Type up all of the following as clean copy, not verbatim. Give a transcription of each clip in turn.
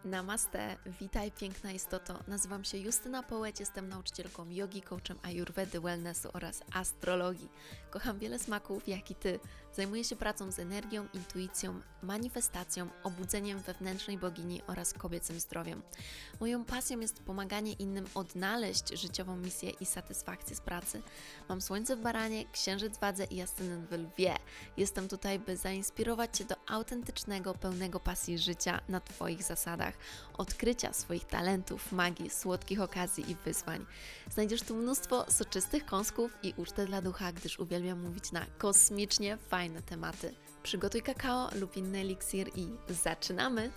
Namaste, witaj piękna istoto. Nazywam się Justyna Połeć, jestem nauczycielką jogi, coachem ayurvedy, wellnessu oraz astrologii. Kocham wiele smaków, jak i Ty. Zajmuję się pracą z energią, intuicją, manifestacją, obudzeniem wewnętrznej bogini oraz kobiecym zdrowiem. Moją pasją jest pomaganie innym odnaleźć życiową misję i satysfakcję z pracy. Mam słońce w baranie, księżyc w wadze i ascendent w lwie. Jestem tutaj, by zainspirować Cię do autentycznego, pełnego pasji życia na Twoich zasadach, odkrycia swoich talentów, magii, słodkich okazji i wyzwań. Znajdziesz tu mnóstwo soczystych kąsków i ucztę dla ducha, gdyż uwielbiam mówić na kosmicznie fajne tematy. Przygotuj kakao lub inny eliksir i zaczynamy!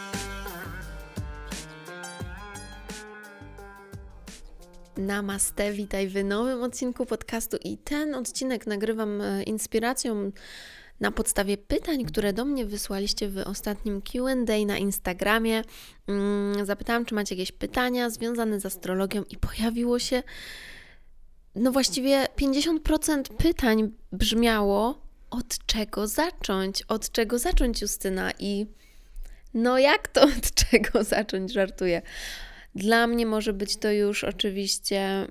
Namaste, witaj w nowym odcinku podcastu i ten odcinek nagrywam inspiracją na podstawie pytań, które do mnie wysłaliście w ostatnim Q&A na Instagramie. Zapytałam, czy macie jakieś pytania związane z astrologią i pojawiło się, właściwie 50% pytań brzmiało, od czego zacząć? Od czego zacząć, Justyna? I jak to od czego zacząć? Żartuję. Dla mnie może być to już oczywiście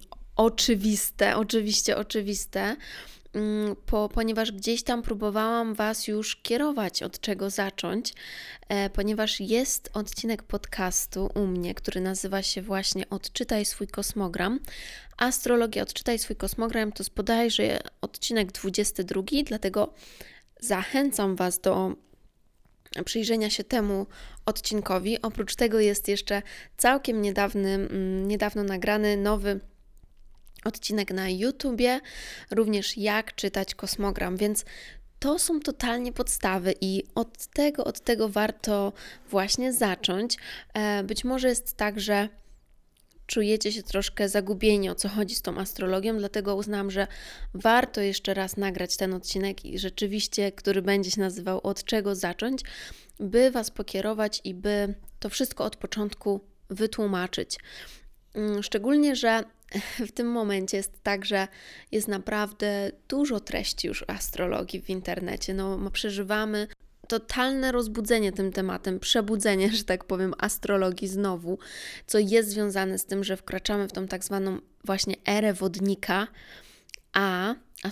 oczywiste, ponieważ gdzieś tam próbowałam Was już kierować, od czego zacząć, ponieważ jest odcinek podcastu u mnie, który nazywa się właśnie Odczytaj swój kosmogram. Astrologia, odczytaj swój kosmogram to jest bodajże odcinek 22, dlatego zachęcam Was do przyjrzenia się temu odcinkowi. Oprócz tego jest jeszcze całkiem niedawno nagrany nowy odcinek na YouTubie, również jak czytać kosmogram, więc to są totalnie podstawy i od tego warto właśnie zacząć. Być może jest tak, że czujecie się troszkę zagubieni, o co chodzi z tą astrologią, dlatego uznałam, że warto jeszcze raz nagrać ten odcinek i rzeczywiście, który będzie się nazywał Od czego zacząć, by Was pokierować i by to wszystko od początku wytłumaczyć. Szczególnie, że w tym momencie jest tak, że jest naprawdę dużo treści już o astrologii w internecie. Przeżywamy totalne rozbudzenie tym tematem, przebudzenie, że tak powiem, astrologii znowu, co jest związane z tym, że wkraczamy w tą tak zwaną właśnie erę wodnika, a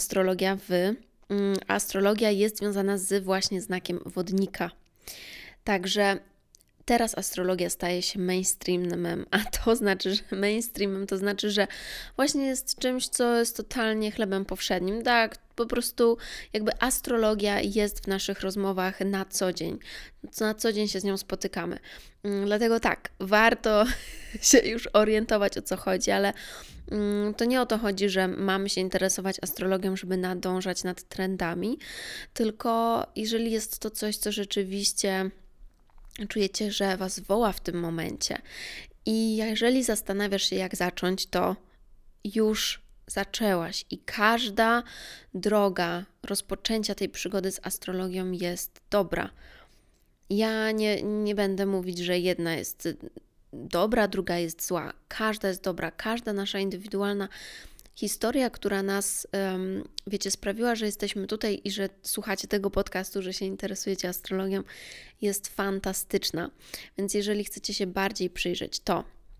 astrologia jest związana z właśnie znakiem wodnika. Także teraz astrologia staje się mainstreamem, a to znaczy, że właśnie jest czymś, co jest totalnie chlebem powszednim. Tak, po prostu jakby astrologia jest w naszych rozmowach na co dzień. Na co dzień się z nią spotykamy. Dlatego tak, warto się już orientować, o co chodzi, ale to nie o to chodzi, że mamy się interesować astrologią, żeby nadążać nad trendami, tylko jeżeli jest to coś, co rzeczywiście czujecie, że Was woła w tym momencie i jeżeli zastanawiasz się, jak zacząć, to już zaczęłaś i każda droga rozpoczęcia tej przygody z astrologią jest dobra. Ja nie będę mówić, że jedna jest dobra, druga jest zła. Każda jest dobra, każda nasza indywidualna historia, która nas, sprawiła, że jesteśmy tutaj i że słuchacie tego podcastu, że się interesujecie astrologią, jest fantastyczna. Więc jeżeli chcecie się bardziej przyjrzeć, to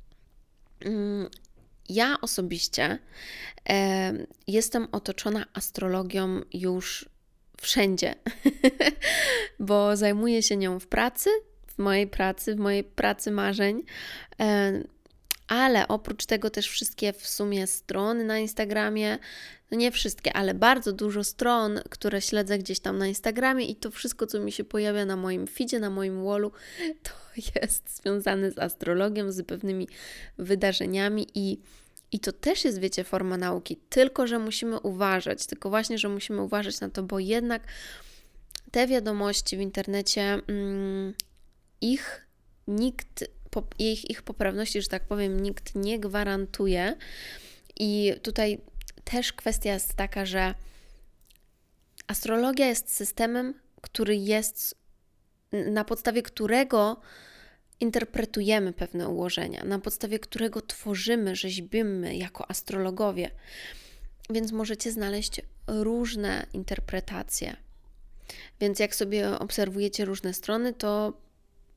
ja osobiście jestem otoczona astrologią już wszędzie, bo zajmuję się nią w mojej pracy marzeń, ale oprócz tego też wszystkie w sumie strony na Instagramie, nie wszystkie, ale bardzo dużo stron, które śledzę gdzieś tam na Instagramie i to wszystko, co mi się pojawia na moim feedzie, na moim wallu, to jest związane z astrologią, z pewnymi wydarzeniami i to też jest, wiecie, forma nauki, tylko że musimy uważać na to, bo jednak te wiadomości w internecie, ich poprawności, że tak powiem, nikt nie gwarantuje i tutaj też kwestia jest taka, że astrologia jest systemem, który jest, na podstawie którego interpretujemy pewne ułożenia, na podstawie którego tworzymy, rzeźbimy jako astrologowie, więc możecie znaleźć różne interpretacje. Więc jak sobie obserwujecie różne strony, to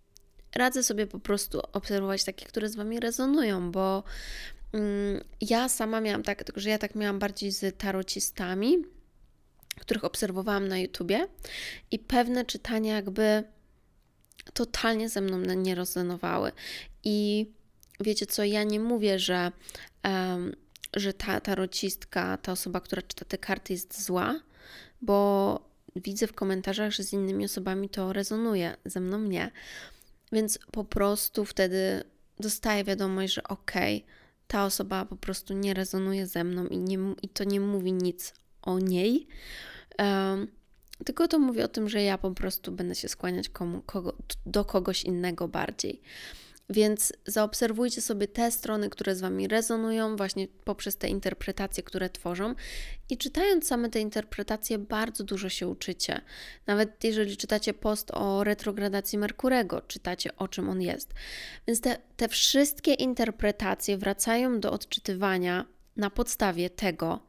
radzę sobie po prostu obserwować takie, które z Wami rezonują, bo ja sama miałam tak, tylko że ja tak miałam bardziej z tarocistami, których obserwowałam na YouTubie i pewne czytania jakby totalnie ze mną nie rezonowały. I wiecie co, ja nie mówię, że ta tarocistka, ta osoba, która czyta te karty jest zła, bo widzę w komentarzach, że z innymi osobami to rezonuje, ze mną nie. Więc po prostu wtedy dostaję wiadomość, że ta osoba po prostu nie rezonuje ze mną i to nie mówi nic o niej, tylko to mówi o tym, że ja po prostu będę się skłaniać do kogoś innego bardziej. Więc zaobserwujcie sobie te strony, które z Wami rezonują właśnie poprzez te interpretacje, które tworzą i czytając same te interpretacje bardzo dużo się uczycie. Nawet jeżeli czytacie post o retrogradacji Merkurego, czytacie o czym on jest. Więc te wszystkie interpretacje wracają do odczytywania na podstawie tego,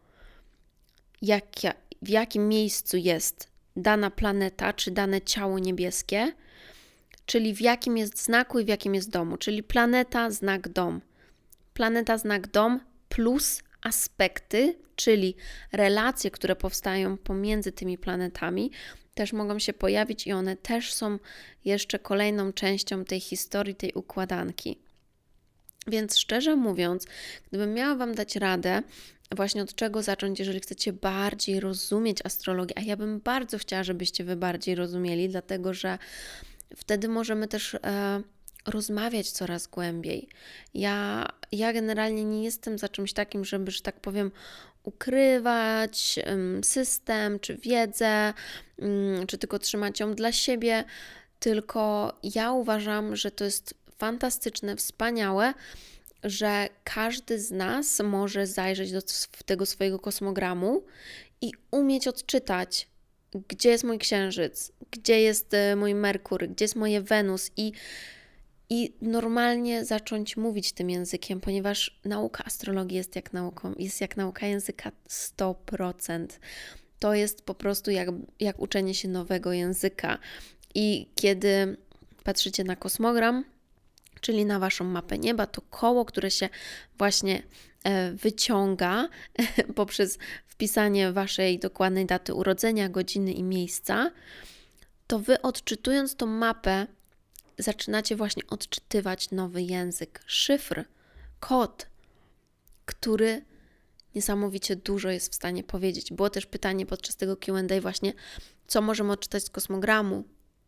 w jakim miejscu jest dana planeta czy dane ciało niebieskie, czyli w jakim jest znaku i w jakim jest domu, czyli planeta, znak, dom. Planeta, znak, dom plus aspekty, czyli relacje, które powstają pomiędzy tymi planetami, też mogą się pojawić i one też są jeszcze kolejną częścią tej historii, tej układanki. Więc szczerze mówiąc, gdybym miała Wam dać radę, właśnie od czego zacząć, jeżeli chcecie bardziej rozumieć astrologię, a ja bym bardzo chciała, żebyście Wy bardziej rozumieli, dlatego że wtedy możemy też rozmawiać coraz głębiej. Ja generalnie nie jestem za czymś takim, żeby, że tak powiem, ukrywać system czy wiedzę, czy tylko trzymać ją dla siebie, tylko ja uważam, że to jest fantastyczne, wspaniałe, że każdy z nas może zajrzeć do tego swojego kosmogramu i umieć odczytać, gdzie jest mój księżyc, gdzie jest mój Merkur, gdzie jest moje Wenus i normalnie zacząć mówić tym językiem, ponieważ nauka astrologii jest jak nauka języka 100%. To jest po prostu jak uczenie się nowego języka. I kiedy patrzycie na kosmogram, czyli na Waszą mapę nieba, to koło, które się właśnie wyciąga poprzez wpisanie Waszej dokładnej daty urodzenia, godziny i miejsca, to Wy odczytując tą mapę zaczynacie właśnie odczytywać nowy język, szyfr, kod, który niesamowicie dużo jest w stanie powiedzieć. Było też pytanie podczas tego Q&A właśnie, co możemy odczytać z kosmogramu.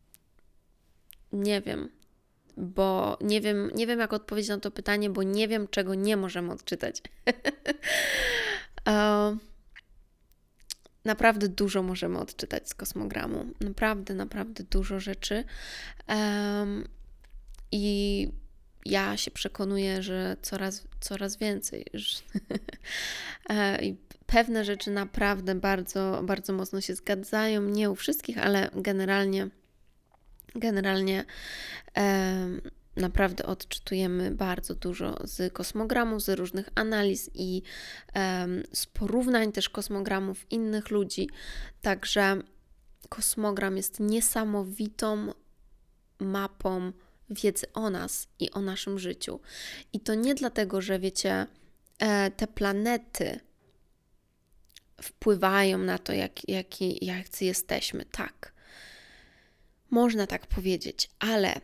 Nie wiem, bo nie wiem jak odpowiedzieć na to pytanie, bo nie wiem, czego nie możemy odczytać. Naprawdę dużo możemy odczytać z kosmogramu. Naprawdę dużo rzeczy. I ja się przekonuję, że coraz więcej. I pewne rzeczy naprawdę bardzo, bardzo mocno się zgadzają. Nie u wszystkich, ale generalnie naprawdę odczytujemy bardzo dużo z kosmogramu, z różnych analiz i z porównań też kosmogramów innych ludzi. Także kosmogram jest niesamowitą mapą wiedzy o nas i o naszym życiu. I to nie dlatego, że wiecie, te planety wpływają na to, jacy jesteśmy. Tak, można tak powiedzieć, ale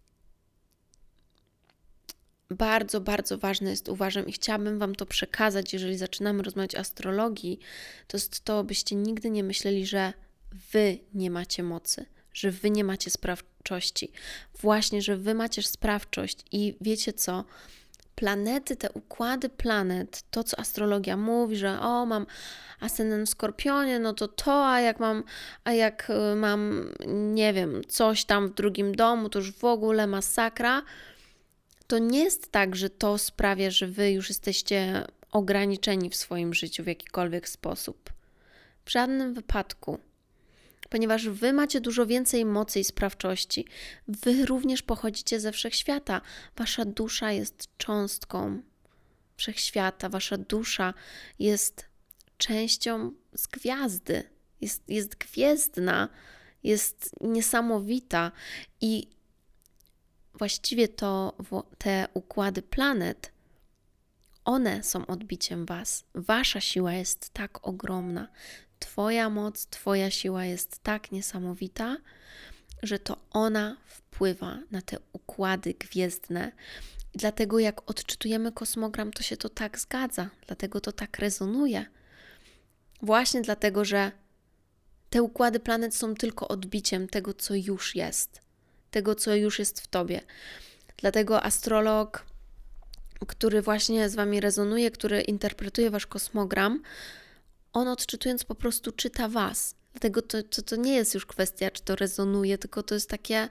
bardzo, bardzo ważne jest, uważam, i chciałabym Wam to przekazać, jeżeli zaczynamy rozmawiać o astrologii, to jest to, byście nigdy nie myśleli, że Wy nie macie mocy, że Wy nie macie sprawczości. Właśnie, że Wy macie sprawczość i wiecie co? Planety, te układy planet, to co astrologia mówi, że mam ascendent w Skorpionie, no to, a jak mam, nie wiem, coś tam w drugim domu, to już w ogóle masakra. To nie jest tak, że to sprawia, że Wy już jesteście ograniczeni w swoim życiu w jakikolwiek sposób. W żadnym wypadku. Ponieważ Wy macie dużo więcej mocy i sprawczości. Wy również pochodzicie ze wszechświata. Wasza dusza jest cząstką wszechświata. Wasza dusza jest częścią z gwiazdy. Jest gwiezdna, jest niesamowita i właściwie te układy planet, one są odbiciem Was. Wasza siła jest tak ogromna. Twoja moc, Twoja siła jest tak niesamowita, że to ona wpływa na te układy gwiezdne. I dlatego jak odczytujemy kosmogram, to się to tak zgadza. Dlatego to tak rezonuje. Właśnie dlatego, że te układy planet są tylko odbiciem tego, co już jest. Tego, co już jest w Tobie. Dlatego astrolog, który właśnie z Wami rezonuje, który interpretuje Wasz kosmogram, on odczytując po prostu czyta Was. Dlatego to nie jest już kwestia, czy to rezonuje, tylko to jest takie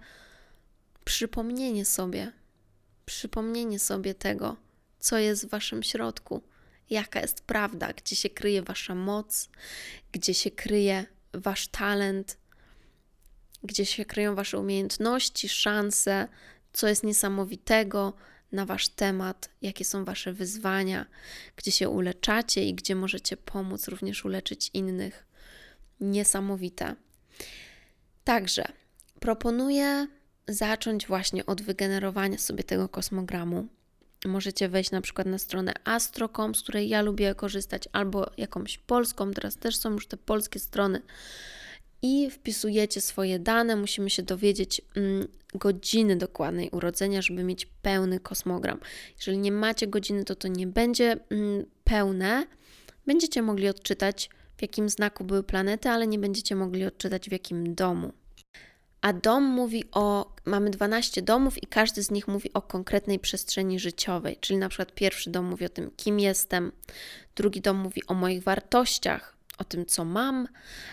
przypomnienie sobie tego, co jest w Waszym środku, jaka jest prawda, gdzie się kryje Wasza moc, gdzie się kryje Wasz talent, gdzie się kryją Wasze umiejętności, szanse, co jest niesamowitego na Wasz temat, jakie są Wasze wyzwania, gdzie się uleczacie i gdzie możecie pomóc również uleczyć innych. Niesamowite. Także proponuję zacząć właśnie od wygenerowania sobie tego kosmogramu. Możecie wejść na przykład na stronę astro.com, z której ja lubię korzystać, albo jakąś polską, teraz też są już te polskie strony, i wpisujecie swoje dane. Musimy się dowiedzieć godziny dokładnej urodzenia, żeby mieć pełny kosmogram. Jeżeli nie macie godziny, to nie będzie pełne. Będziecie mogli odczytać, w jakim znaku były planety, ale nie będziecie mogli odczytać, w jakim domu. A dom mamy 12 domów i każdy z nich mówi o konkretnej przestrzeni życiowej, czyli na przykład pierwszy dom mówi o tym, kim jestem, drugi dom mówi o moich wartościach, o tym, co mam,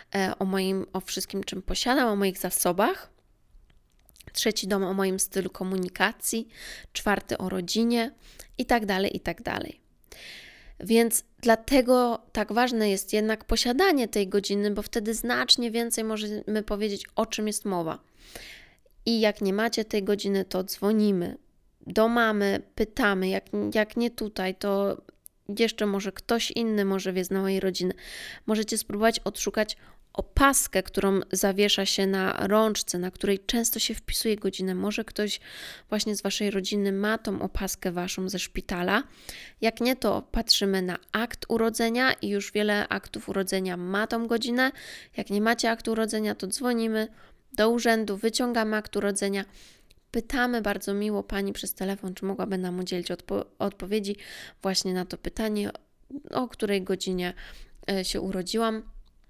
o wszystkim, czym posiadam, o moich zasobach, trzeci dom o moim stylu komunikacji, czwarty o rodzinie i tak dalej, i tak dalej. Więc dlatego tak ważne jest jednak posiadanie tej godziny, bo wtedy znacznie więcej możemy powiedzieć, o czym jest mowa. I jak nie macie tej godziny, to dzwonimy do mamy, pytamy, jak nie tutaj, to jeszcze może ktoś inny może wie z mojej rodziny. Możecie spróbować odszukać opaskę, którą zawiesza się na rączce, na której często się wpisuje godzinę. Może ktoś właśnie z Waszej rodziny ma tą opaskę Waszą ze szpitala. Jak nie, to patrzymy na akt urodzenia i już wiele aktów urodzenia ma tą godzinę. Jak nie macie aktu urodzenia, to dzwonimy do urzędu, wyciągamy akt urodzenia, pytamy bardzo miło Pani przez telefon, czy mogłaby nam udzielić odpowiedzi właśnie na to pytanie, o której godzinie się urodziłam.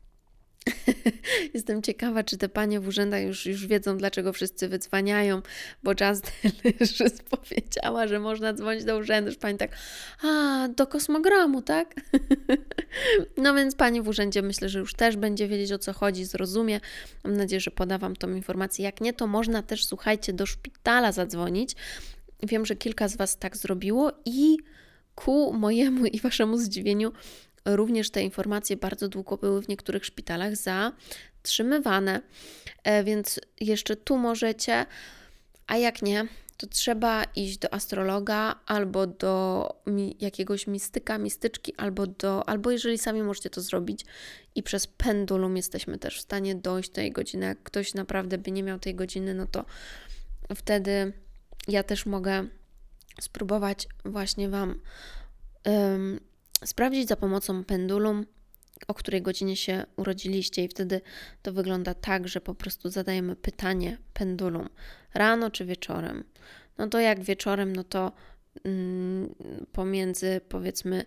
Jestem ciekawa, czy te panie w urzędach już wiedzą, dlaczego wszyscy wydzwaniają, bo Just Delicious powiedziała, że można dzwonić do urzędu, że pani tak, do kosmogramu, tak? No więc pani w urzędzie myślę, że już też będzie wiedzieć, o co chodzi, zrozumie. Mam nadzieję, że poda Wam tą informację. Jak nie, to można też, słuchajcie, do szpitala zadzwonić. Wiem, że kilka z Was tak zrobiło i ku mojemu i Waszemu zdziwieniu również te informacje bardzo długo były w niektórych szpitalach zatrzymywane, więc jeszcze tu możecie, a jak nie, to trzeba iść do astrologa albo do jakiegoś mistyka, mistyczki, albo jeżeli sami możecie to zrobić i przez pendulum jesteśmy też w stanie dojść do tej godziny. Jak ktoś naprawdę by nie miał tej godziny, no to wtedy ja też mogę spróbować właśnie Wam sprawdzić za pomocą pendulum, o której godzinie się urodziliście, i wtedy to wygląda tak, że po prostu zadajemy pytanie pendulum, rano czy wieczorem. No to jak wieczorem, no to pomiędzy powiedzmy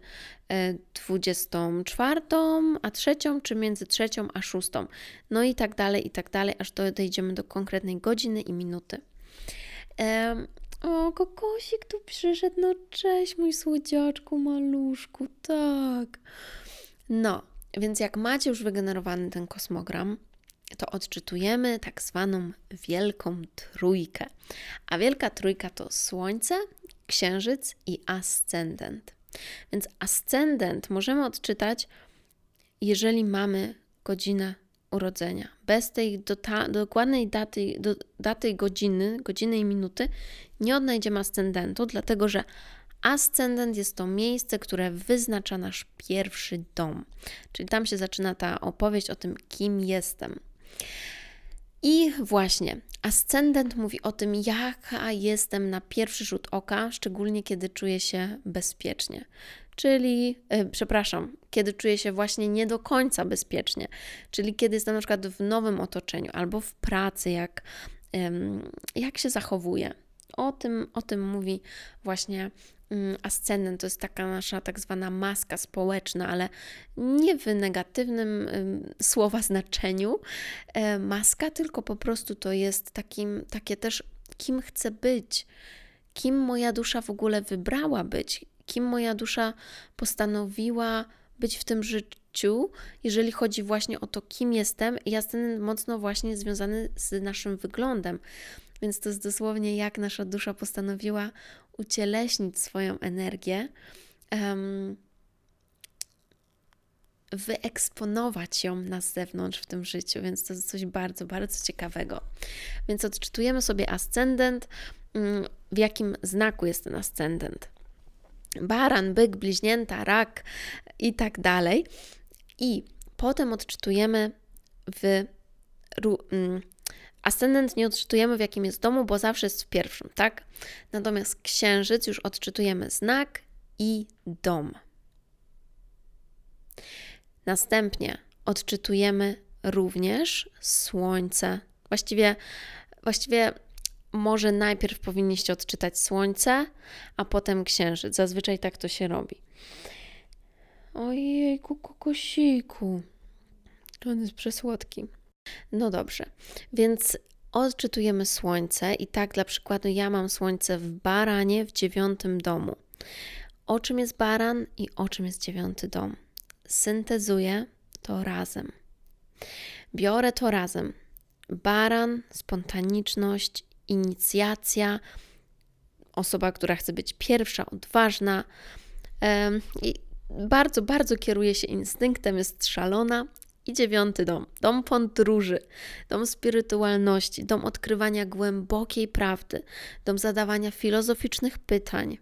24 a 3, czy między 3 a 6. No i tak dalej, aż dojdziemy do konkretnej godziny i minuty. O, kokosik tu przyszedł, no cześć mój słodziaczku, maluszku, tak. No, więc jak macie już wygenerowany ten kosmogram, to odczytujemy tak zwaną Wielką Trójkę. A Wielka Trójka to Słońce, Księżyc i Ascendent. Więc Ascendent możemy odczytać, jeżeli mamy godzinę urodzenia. Bez tej dokładnej daty godziny i minuty nie odnajdziemy ascendentu, dlatego że ascendent jest to miejsce, które wyznacza nasz pierwszy dom. Czyli tam się zaczyna ta opowieść o tym, kim jestem. I właśnie, ascendent mówi o tym, jaka jestem na pierwszy rzut oka, szczególnie kiedy czuję się bezpiecznie. Czyli, kiedy czuję się właśnie nie do końca bezpiecznie. Czyli kiedy jestem na przykład w nowym otoczeniu albo w pracy, jak się zachowuję. O tym mówi właśnie ascendent. To jest taka nasza tak zwana maska społeczna, ale nie w negatywnym słowa znaczeniu maska, tylko po prostu to jest takie też, kim chcę być, kim moja dusza w ogóle wybrała być, kim moja dusza postanowiła być w tym życiu, jeżeli chodzi właśnie o to, kim jestem. I ascendent mocno właśnie związany z naszym wyglądem. Więc to jest dosłownie jak nasza dusza postanowiła ucieleśnić swoją energię, wyeksponować ją na zewnątrz w tym życiu, więc to jest coś bardzo, bardzo ciekawego. Więc odczytujemy sobie ascendent, w jakim znaku jest ten ascendent. Baran, byk, bliźnięta, rak i tak dalej. I potem odczytujemy ascendent nie odczytujemy w jakim jest domu, bo zawsze jest w pierwszym, tak? Natomiast księżyc już odczytujemy znak i dom. Następnie odczytujemy również słońce. Właściwie może najpierw powinniście odczytać słońce, a potem księżyc. Zazwyczaj tak to się robi. Ojejku, kokosiku. On jest przesłodki. No dobrze, więc odczytujemy słońce i tak dla przykładu ja mam słońce w baranie w 9 domu. O czym jest baran i o czym jest 9 dom? Syntezuję to razem. Biorę to razem. Baran, spontaniczność, inicjacja, osoba, która chce być pierwsza, odważna i bardzo, bardzo kieruje się instynktem, jest szalona. I 9 dom, dom podróży, dom spirytualności, dom odkrywania głębokiej prawdy, dom zadawania filozoficznych pytań.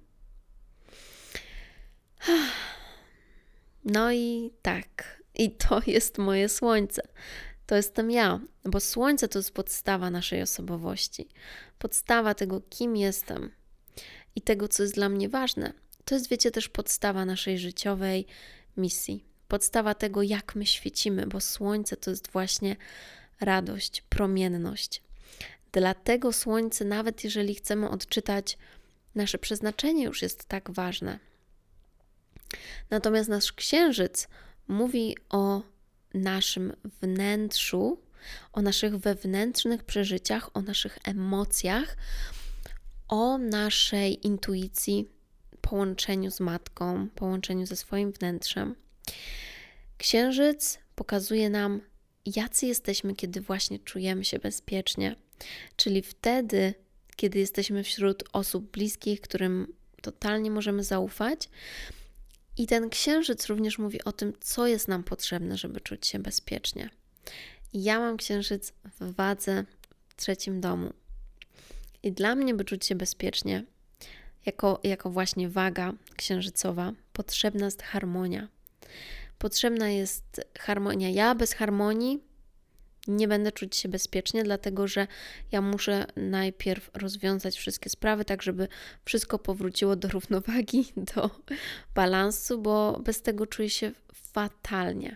No i tak, i to jest moje słońce. To jestem ja, bo słońce to jest podstawa naszej osobowości, podstawa tego, kim jestem i tego, co jest dla mnie ważne. To jest, wiecie, też podstawa naszej życiowej misji. Podstawa tego, jak my świecimy, bo słońce to jest właśnie radość, promienność. Dlatego słońce, nawet jeżeli chcemy odczytać nasze przeznaczenie, już jest tak ważne. Natomiast nasz księżyc mówi o naszym wnętrzu, o naszych wewnętrznych przeżyciach, o naszych emocjach, o naszej intuicji, połączeniu z matką, połączeniu ze swoim wnętrzem. Księżyc pokazuje nam, jacy jesteśmy, kiedy właśnie czujemy się bezpiecznie, czyli wtedy, kiedy jesteśmy wśród osób bliskich, którym totalnie możemy zaufać. I ten księżyc również mówi o tym, co jest nam potrzebne, żeby czuć się bezpiecznie. Ja mam księżyc w wadze w 3 domu. I dla mnie, by czuć się bezpiecznie, jako właśnie waga księżycowa, potrzebna jest harmonia. Potrzebna jest harmonia. Ja bez harmonii nie będę czuć się bezpiecznie, dlatego że ja muszę najpierw rozwiązać wszystkie sprawy, tak żeby wszystko powróciło do równowagi, do balansu, bo bez tego czuję się fatalnie.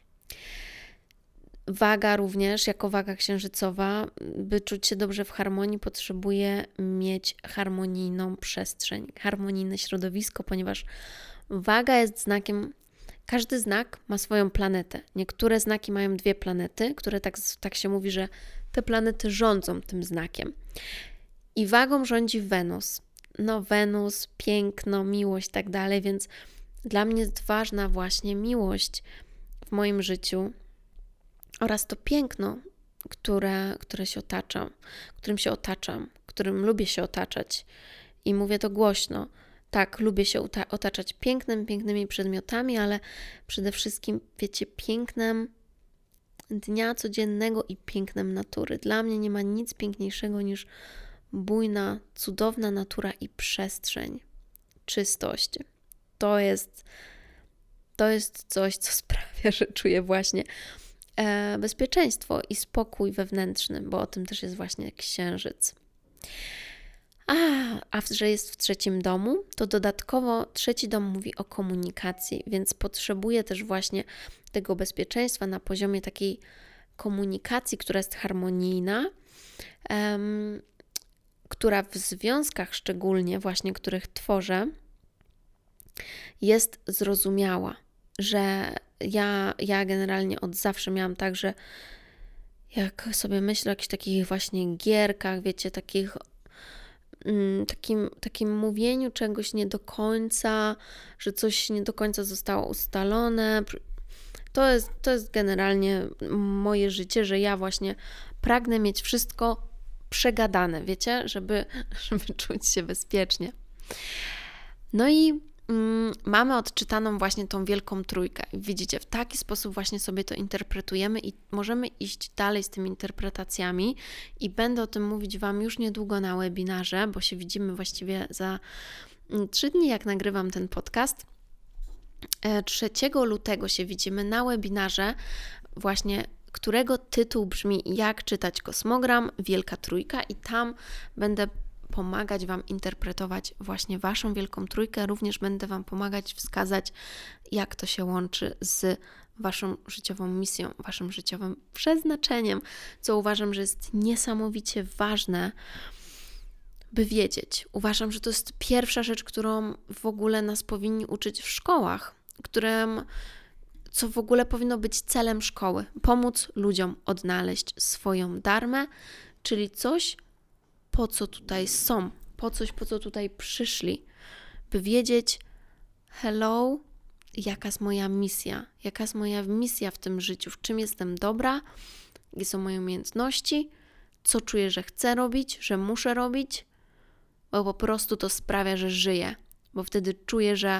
Waga również, jako waga księżycowa, by czuć się dobrze w harmonii, potrzebuje mieć harmonijną przestrzeń, harmonijne środowisko, ponieważ waga jest znakiem. Każdy znak ma swoją planetę. Niektóre znaki mają 2 planety, które tak się mówi, że te planety rządzą tym znakiem. I wagą rządzi Wenus. No Wenus, piękno, miłość, tak dalej, więc dla mnie jest ważna właśnie miłość w moim życiu oraz to piękno, które się otacza, którym się otaczam, którym lubię się otaczać. I mówię to głośno. Tak, lubię się otaczać pięknymi przedmiotami, ale przede wszystkim, wiecie, pięknem dnia codziennego i pięknem natury. Dla mnie nie ma nic piękniejszego niż bujna, cudowna natura i przestrzeń, czystość. To jest coś, co sprawia, że czuję właśnie bezpieczeństwo i spokój wewnętrzny, bo o tym też jest właśnie księżyc. A że jest w trzecim domu, to dodatkowo trzeci dom mówi o komunikacji, więc potrzebuje też właśnie tego bezpieczeństwa na poziomie takiej komunikacji, która jest harmonijna, która w związkach szczególnie właśnie, których tworzę, jest zrozumiała, że ja generalnie od zawsze miałam tak, że jak sobie myślę o jakichś takich właśnie gierkach, wiecie, takim mówieniu czegoś nie do końca, że coś nie do końca zostało ustalone. To jest generalnie moje życie, że ja właśnie pragnę mieć wszystko przegadane, wiecie, żeby czuć się bezpiecznie. No i mamy odczytaną właśnie tą wielką trójkę. Widzicie, w taki sposób właśnie sobie to interpretujemy i możemy iść dalej z tymi interpretacjami i będę o tym mówić Wam już niedługo na webinarze, bo się widzimy właściwie za 3 dni, jak nagrywam ten podcast. 3 lutego się widzimy na webinarze właśnie, którego tytuł brzmi Jak czytać kosmogram, Wielka Trójka, i tam będę pomagać Wam interpretować właśnie Waszą Wielką Trójkę. Również będę Wam pomagać wskazać, jak to się łączy z Waszą życiową misją, Waszym życiowym przeznaczeniem, co uważam, że jest niesamowicie ważne, by wiedzieć. Uważam, że to jest pierwsza rzecz, którą w ogóle nas powinni uczyć w szkołach, co w ogóle powinno być celem szkoły. Pomóc ludziom odnaleźć swoją dharmę, czyli coś, po co tutaj są, po co tutaj przyszli, by wiedzieć, hello, jaka jest moja misja w tym życiu, w czym jestem dobra, jakie są moje umiejętności, co czuję, że chcę robić, że muszę robić, bo po prostu to sprawia, że żyję, bo wtedy czuję, że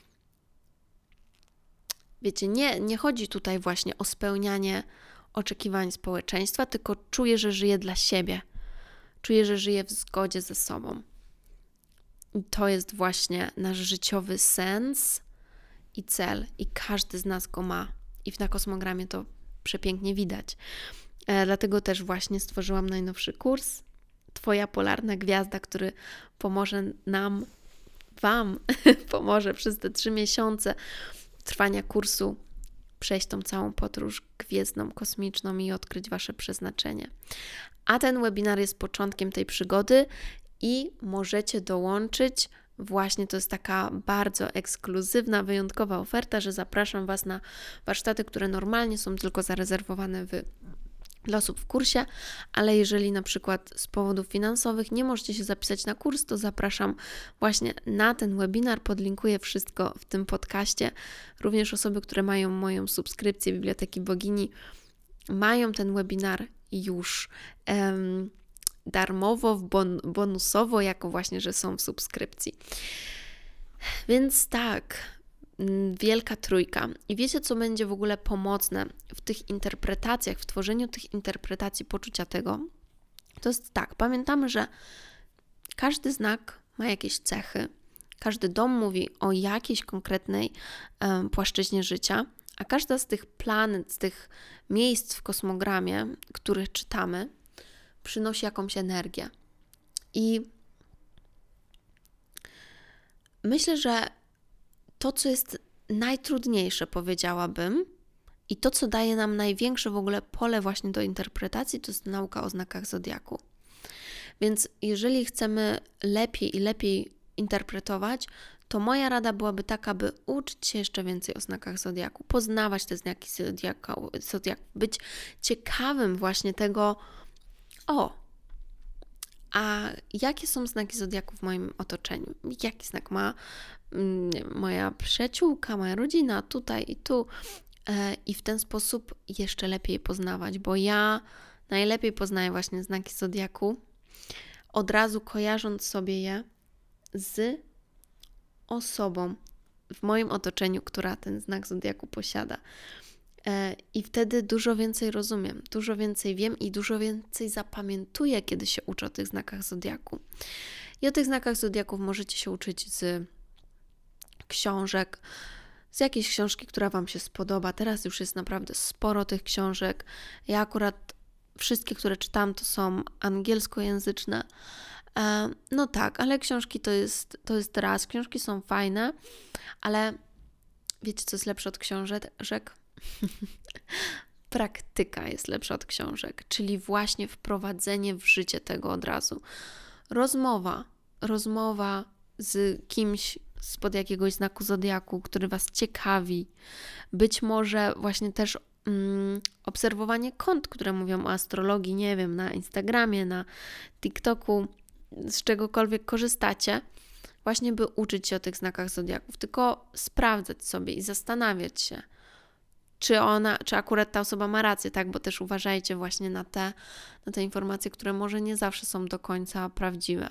wiecie, nie chodzi tutaj właśnie o spełnianie oczekiwań społeczeństwa, tylko czuję, że żyję dla siebie. Czuję, że żyję w zgodzie ze sobą. I to jest właśnie nasz życiowy sens i cel. I każdy z nas go ma. I na kosmogramie to przepięknie widać. Dlatego też właśnie stworzyłam najnowszy kurs Twoja Polarna Gwiazda, który pomoże Wam pomoże przez te 3 miesiące trwania kursu przejść tą całą podróż gwiezdną, kosmiczną i odkryć Wasze przeznaczenie. A ten webinar jest początkiem tej przygody i możecie dołączyć. Właśnie to jest taka bardzo ekskluzywna, wyjątkowa oferta, że zapraszam Was na warsztaty, które normalnie są tylko zarezerwowane dla osób w kursie, ale jeżeli na przykład z powodów finansowych nie możecie się zapisać na kurs, to zapraszam właśnie na ten webinar. Podlinkuję wszystko w tym podcaście. Również osoby, które mają moją subskrypcję Biblioteki Bogini, mają ten webinar już darmowo, bonusowo, jako właśnie, że są w subskrypcji. Więc tak, Wielka Trójka. I wiecie, co będzie w ogóle pomocne w tych interpretacjach, w tworzeniu tych interpretacji poczucia tego? To jest tak, pamiętamy, że każdy znak ma jakieś cechy, każdy dom mówi o jakiejś konkretnej płaszczyźnie życia, a każda z tych planet, z tych miejsc w kosmogramie, których czytamy, przynosi jakąś energię. I myślę, że to, co jest najtrudniejsze, powiedziałabym, i to, co daje nam największe w ogóle pole właśnie do interpretacji, to jest nauka o znakach zodiaku. Więc jeżeli chcemy lepiej i lepiej interpretować, to moja rada byłaby taka, by uczyć się jeszcze więcej o znakach zodiaku, poznawać te znaki zodiaku, być ciekawym właśnie tego, a jakie są znaki zodiaku w moim otoczeniu? Jaki znak ma moja przyjaciółka, moja rodzina, tutaj i tu? I w ten sposób jeszcze lepiej poznawać, bo ja najlepiej poznaję właśnie znaki zodiaku, od razu kojarząc sobie je z osobą w moim otoczeniu, która ten znak zodiaku posiada. I wtedy dużo więcej rozumiem, dużo więcej wiem i dużo więcej zapamiętuję, kiedy się uczę o tych znakach zodiaku. I o tych znakach zodiaków możecie się uczyć z książek, z jakiejś książki, która Wam się spodoba. Teraz już jest naprawdę sporo tych książek. Ja akurat wszystkie, które czytam, to są angielskojęzyczne. No tak, ale książki to jest raz. Książki są fajne, ale wiecie, co jest lepsze od książek? Praktyka jest lepsza od książek, czyli właśnie wprowadzenie w życie tego od razu. Rozmowa z kimś spod jakiegoś znaku zodiaku, który Was ciekawi. Być może właśnie też obserwowanie kont, które mówią o astrologii, nie wiem, na Instagramie, na TikToku, z czegokolwiek korzystacie, właśnie by uczyć się o tych znakach zodiaków, tylko sprawdzać sobie i zastanawiać się, czy akurat ta osoba ma rację, tak? Bo też uważajcie właśnie na te informacje, które może nie zawsze są do końca prawdziwe.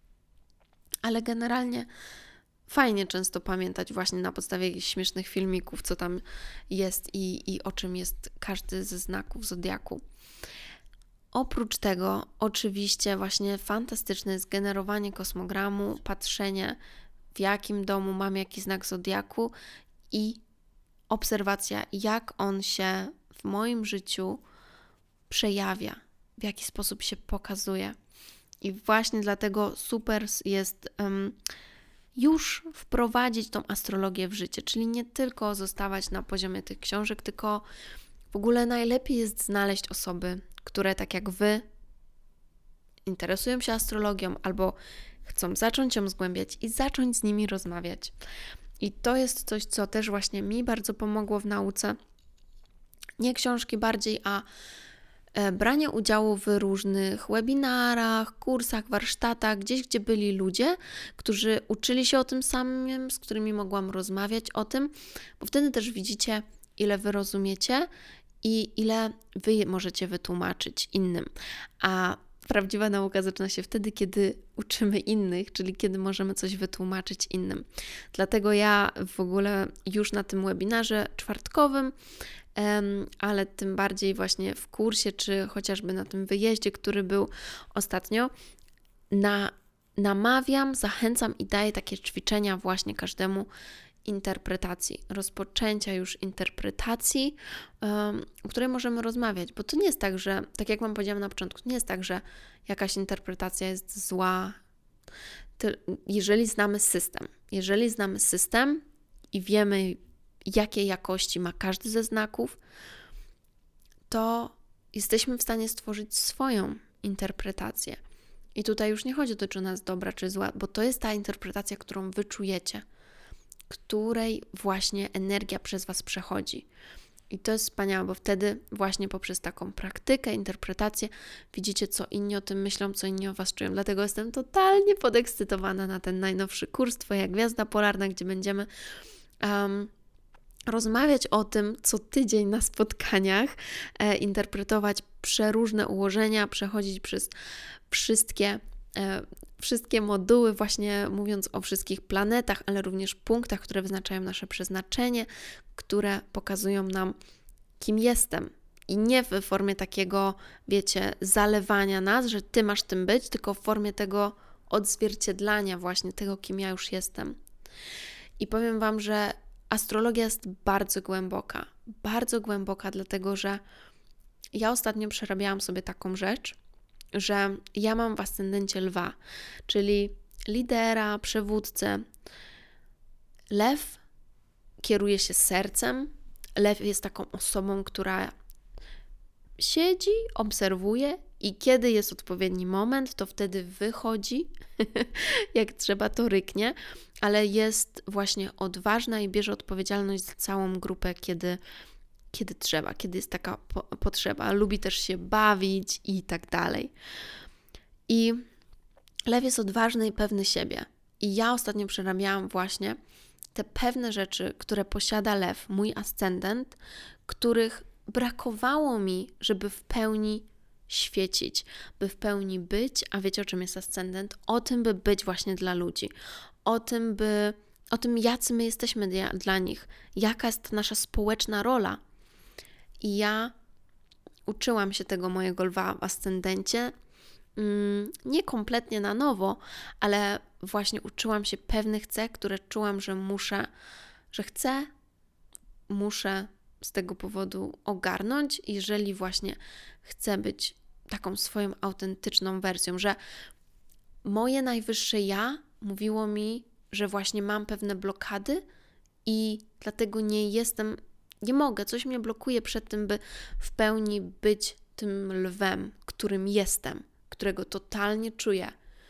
Ale generalnie fajnie często pamiętać właśnie na podstawie jakichś śmiesznych filmików, co tam jest i o czym jest każdy ze znaków zodiaku. Oprócz tego oczywiście właśnie fantastyczne jest generowanie kosmogramu, patrzenie w jakim domu mam jaki znak zodiaku i obserwacja, jak on się w moim życiu przejawia, w jaki sposób się pokazuje. I właśnie dlatego super jest już wprowadzić tą astrologię w życie, czyli nie tylko zostawać na poziomie tych książek, tylko w ogóle najlepiej jest znaleźć osoby, które tak jak Wy interesują się astrologią albo chcą zacząć ją zgłębiać i zacząć z nimi rozmawiać. I to jest coś, co też właśnie mi bardzo pomogło w nauce. Nie książki bardziej, a branie udziału w różnych webinarach, kursach, warsztatach, gdzieś, gdzie byli ludzie, którzy uczyli się o tym samym, z którymi mogłam rozmawiać o tym, bo wtedy też widzicie, ile Wy rozumiecie i ile Wy możecie wytłumaczyć innym. A prawdziwa nauka zaczyna się wtedy, kiedy uczymy innych, czyli kiedy możemy coś wytłumaczyć innym. Dlatego ja w ogóle już na tym webinarze czwartkowym, ale tym bardziej właśnie w kursie, czy chociażby na tym wyjeździe, który był ostatnio, namawiam, zachęcam i daję takie ćwiczenia właśnie każdemu interpretacji, rozpoczęcia już interpretacji, o której możemy rozmawiać, bo to nie jest tak, że, tak jak Wam powiedziałam na początku, nie jest tak, że jakaś interpretacja jest zła, jeżeli znamy system i wiemy, jakie jakości ma każdy ze znaków, to jesteśmy w stanie stworzyć swoją interpretację. I tutaj już nie chodzi o to, czy ona jest dobra, czy zła, bo to jest ta interpretacja, którą Wy czujecie, której właśnie energia przez Was przechodzi. I to jest wspaniałe, bo wtedy właśnie poprzez taką praktykę, interpretację widzicie, co inni o tym myślą, co inni o Was czują. Dlatego jestem totalnie podekscytowana na ten najnowszy kurs Twoja Gwiazda Polarna, gdzie będziemy rozmawiać o tym co tydzień na spotkaniach, interpretować przeróżne ułożenia, przechodzić przez wszystkie moduły, właśnie mówiąc o wszystkich planetach, ale również punktach, które wyznaczają nasze przeznaczenie, które pokazują nam, kim jestem. I nie w formie takiego, wiecie, zalewania nas, że Ty masz tym być, tylko w formie tego odzwierciedlania właśnie tego, kim ja już jestem. I powiem Wam, że astrologia jest bardzo głęboka, dlatego że ja ostatnio przerabiałam sobie taką rzecz, że ja mam w ascendencie lwa, czyli lidera, przywódcę. Lew kieruje się sercem. Lew jest taką osobą, która siedzi, obserwuje i kiedy jest odpowiedni moment, to wtedy wychodzi, jak trzeba, to ryknie, ale jest właśnie odważna i bierze odpowiedzialność za całą grupę, kiedy trzeba, kiedy jest taka potrzeba. Lubi też się bawić i tak dalej. I lew jest odważny i pewny siebie. I ja ostatnio przerabiałam właśnie te pewne rzeczy, które posiada lew, mój ascendent, których brakowało mi, żeby w pełni świecić, by w pełni być, a wiecie, o czym jest ascendent? O tym, by być właśnie dla ludzi. O tym, jacy my jesteśmy dla nich. Jaka jest nasza społeczna rola. I ja uczyłam się tego mojego lwa w ascendencie, nie kompletnie na nowo, ale właśnie uczyłam się pewnych cech, które czułam, że chcę muszę z tego powodu ogarnąć, jeżeli właśnie chcę być taką swoją autentyczną wersją, że moje najwyższe ja mówiło mi, że właśnie mam pewne blokady i dlatego nie mogę, coś mnie blokuje przed tym, by w pełni być tym lwem, którym jestem, którego totalnie czuję.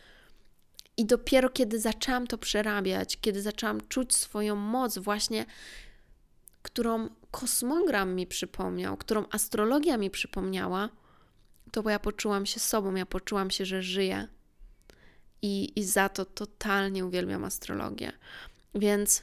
I dopiero kiedy zaczęłam to przerabiać, kiedy zaczęłam czuć swoją moc właśnie, którą kosmogram mi przypomniał, którą astrologia mi przypomniała, to ja poczułam się sobą, ja poczułam się, że żyję. I za to totalnie uwielbiam astrologię. Więc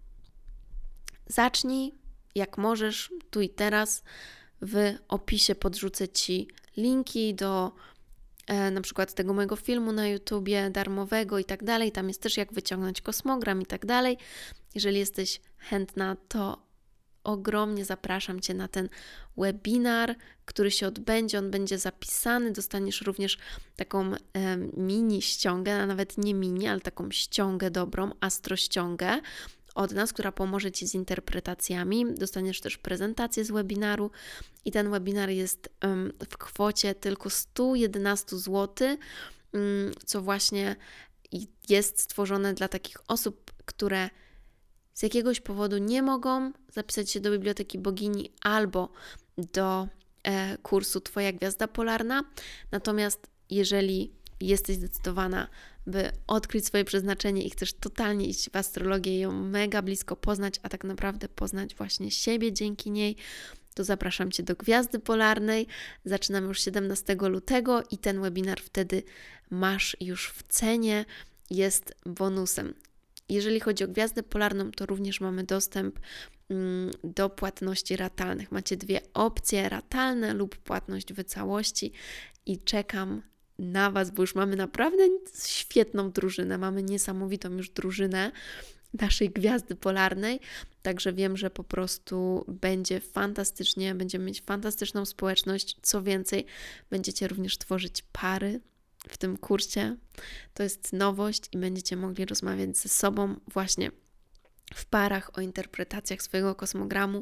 zacznij, jak możesz, tu i teraz. W opisie podrzucę Ci linki do na przykład tego mojego filmu na YouTubie darmowego i tak dalej. Tam jest też jak wyciągnąć kosmogram i tak dalej. Jeżeli jesteś chętna, to ogromnie zapraszam Cię na ten webinar, który się odbędzie. On będzie zapisany. Dostaniesz również taką mini ściągę, a nawet nie mini, ale taką ściągę dobrą, astrościągę od nas, która pomoże Ci z interpretacjami. Dostaniesz też prezentację z webinaru i ten webinar jest w kwocie tylko 111 zł, co właśnie jest stworzone dla takich osób, które z jakiegoś powodu nie mogą zapisać się do Biblioteki Bogini albo do kursu Twoja Gwiazda Polarna. Natomiast jeżeli jesteś zdecydowana, by odkryć swoje przeznaczenie i chcesz totalnie iść w astrologię i ją mega blisko poznać, a tak naprawdę poznać właśnie siebie dzięki niej, to zapraszam Cię do Gwiazdy Polarnej. Zaczynamy już 17 lutego i ten webinar wtedy masz już w cenie, jest bonusem. Jeżeli chodzi o Gwiazdę Polarną, to również mamy dostęp do płatności ratalnych. Macie 2 opcje, ratalne lub płatność w całości i czekam na Was, bo już mamy naprawdę świetną drużynę, mamy niesamowitą już drużynę naszej Gwiazdy Polarnej, także wiem, że po prostu będzie fantastycznie, będziemy mieć fantastyczną społeczność, co więcej, będziecie również tworzyć pary w tym kursie, to jest nowość i będziecie mogli rozmawiać ze sobą właśnie w parach o interpretacjach swojego kosmogramu.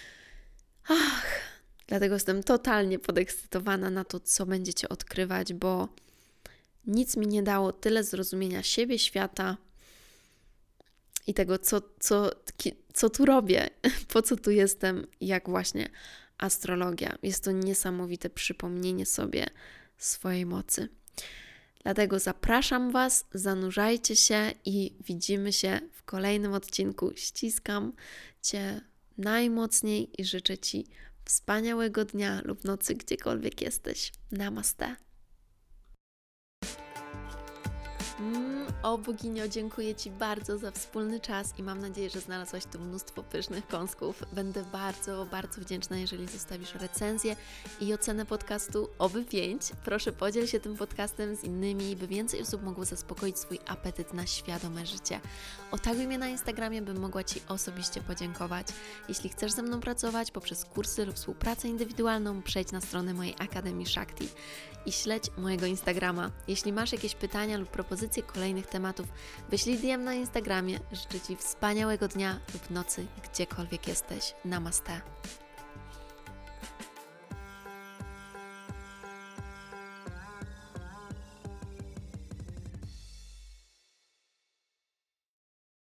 Dlatego jestem totalnie podekscytowana na to, co będziecie odkrywać, bo nic mi nie dało tyle zrozumienia siebie, świata i tego, co tu robię, po co tu jestem, jak właśnie astrologia. Jest to niesamowite przypomnienie sobie swojej mocy. Dlatego zapraszam Was, zanurzajcie się i widzimy się w kolejnym odcinku. Ściskam Cię najmocniej i życzę Ci wspaniałego dnia lub nocy, gdziekolwiek jesteś. Namaste. O boginio, dziękuję Ci bardzo za wspólny czas i mam nadzieję, że znalazłaś tu mnóstwo pysznych kąsków. Będę bardzo, bardzo wdzięczna, jeżeli zostawisz recenzję i ocenę podcastu, oby 5. Proszę, podziel się tym podcastem z innymi, by więcej osób mogło zaspokoić swój apetyt na świadome życie. Otaguj mnie na Instagramie, bym mogła Ci osobiście podziękować. Jeśli chcesz ze mną pracować poprzez kursy lub współpracę indywidualną, przejdź na stronę mojej Akademii Shakti i śledź mojego Instagrama. Jeśli masz jakieś pytania lub propozycje kolejnych tematów, wyślij DM na Instagramie. Życzę Ci wspaniałego dnia lub nocy, gdziekolwiek jesteś. Namaste.